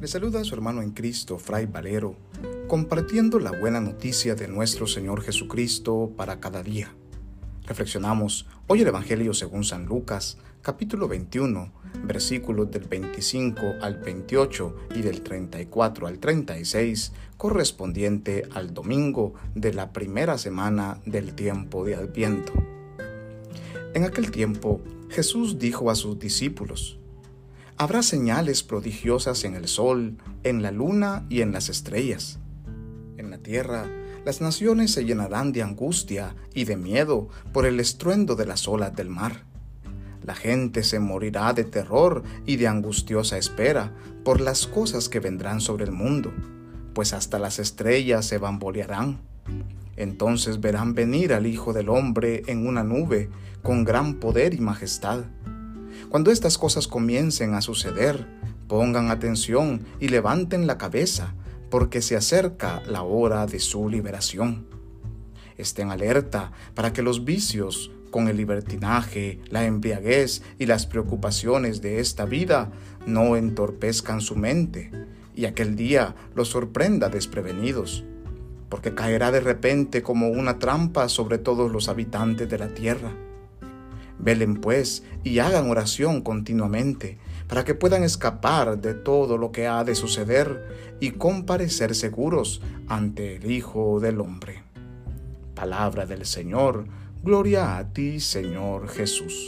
Le saluda a su hermano en Cristo, Fray Valero, compartiendo la buena noticia de nuestro Señor Jesucristo para cada día. Reflexionamos hoy el Evangelio según San Lucas, capítulo 21, versículos del 25 al 28 y del 34 al 36, correspondiente al domingo de la primera semana del tiempo de Adviento. En aquel tiempo, Jesús dijo a sus discípulos: habrá señales prodigiosas en el sol, en la luna y en las estrellas. En la tierra, las naciones se llenarán de angustia y de miedo por el estruendo de las olas del mar. La gente se morirá de terror y de angustiosa espera por las cosas que vendrán sobre el mundo, pues hasta las estrellas se bambolearán. Entonces verán venir al Hijo del Hombre en una nube con gran poder y majestad. Cuando estas cosas comiencen a suceder, pongan atención y levanten la cabeza, porque se acerca la hora de su liberación. Estén alerta para que los vicios, con el libertinaje, la embriaguez y las preocupaciones de esta vida, no entorpezcan su mente, y aquel día los sorprenda desprevenidos, porque caerá de repente como una trampa sobre todos los habitantes de la tierra. Velen pues y hagan oración continuamente para que puedan escapar de todo lo que ha de suceder y comparecer seguros ante el Hijo del Hombre. Palabra del Señor, gloria a ti, Señor Jesús.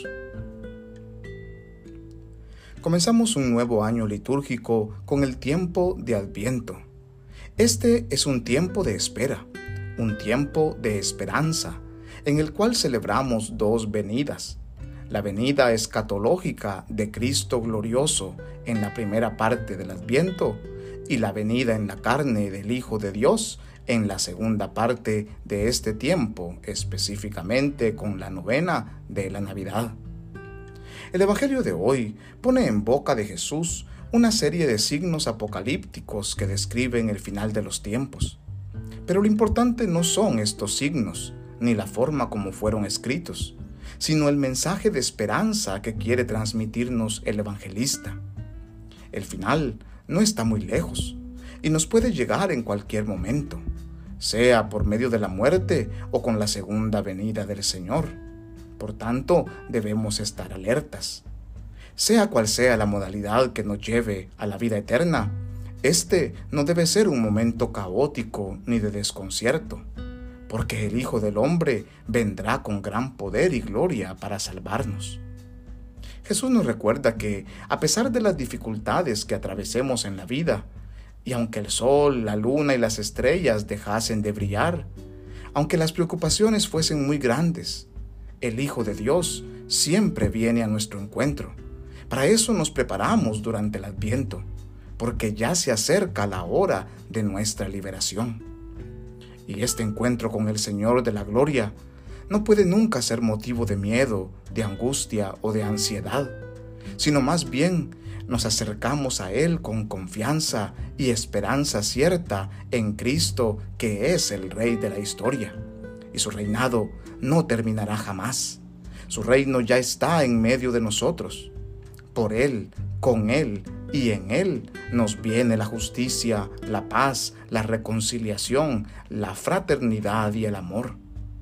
Comenzamos un nuevo año litúrgico con el tiempo de Adviento. Este es un tiempo de espera, un tiempo de esperanza, en el cual celebramos dos venidas: la venida escatológica de Cristo glorioso en la primera parte del Adviento y la venida en la carne del Hijo de Dios en la segunda parte de este tiempo, específicamente con la novena de la Navidad. El Evangelio de hoy pone en boca de Jesús una serie de signos apocalípticos que describen el final de los tiempos. Pero lo importante no son estos signos, ni la forma como fueron escritos, sino el mensaje de esperanza que quiere transmitirnos el evangelista. El final no está muy lejos y nos puede llegar en cualquier momento, sea por medio de la muerte o con la segunda venida del Señor. Por tanto, debemos estar alertas. Sea cual sea la modalidad que nos lleve a la vida eterna, este no debe ser un momento caótico ni de desconcierto, porque el Hijo del Hombre vendrá con gran poder y gloria para salvarnos. Jesús nos recuerda que, a pesar de las dificultades que atravesemos en la vida, y aunque el sol, la luna y las estrellas dejasen de brillar, aunque las preocupaciones fuesen muy grandes, el Hijo de Dios siempre viene a nuestro encuentro. Para eso nos preparamos durante el Adviento, porque ya se acerca la hora de nuestra liberación. Y este encuentro con el Señor de la Gloria no puede nunca ser motivo de miedo, de angustia o de ansiedad, sino más bien nos acercamos a Él con confianza y esperanza cierta en Cristo, que es el Rey de la historia, y su reinado no terminará jamás. Su reino ya está en medio de nosotros. Por Él, con Él y en Él nos viene la justicia, la paz, la reconciliación, la fraternidad y el amor.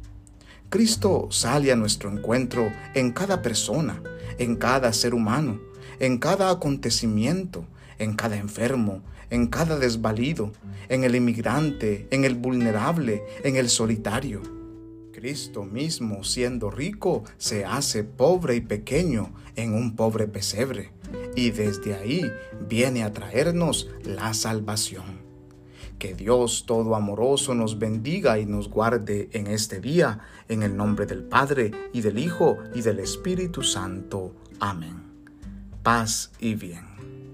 Cristo sale a nuestro encuentro en cada persona, en cada ser humano, en cada acontecimiento, en cada enfermo, en cada desvalido, en el inmigrante, en el vulnerable, en el solitario. Cristo mismo, siendo rico, se hace pobre y pequeño en un pobre pesebre, y desde ahí viene a traernos la salvación. Que Dios todo amoroso nos bendiga y nos guarde en este día, en el nombre del Padre, y del Hijo, y del Espíritu Santo. Amén. Paz y bien.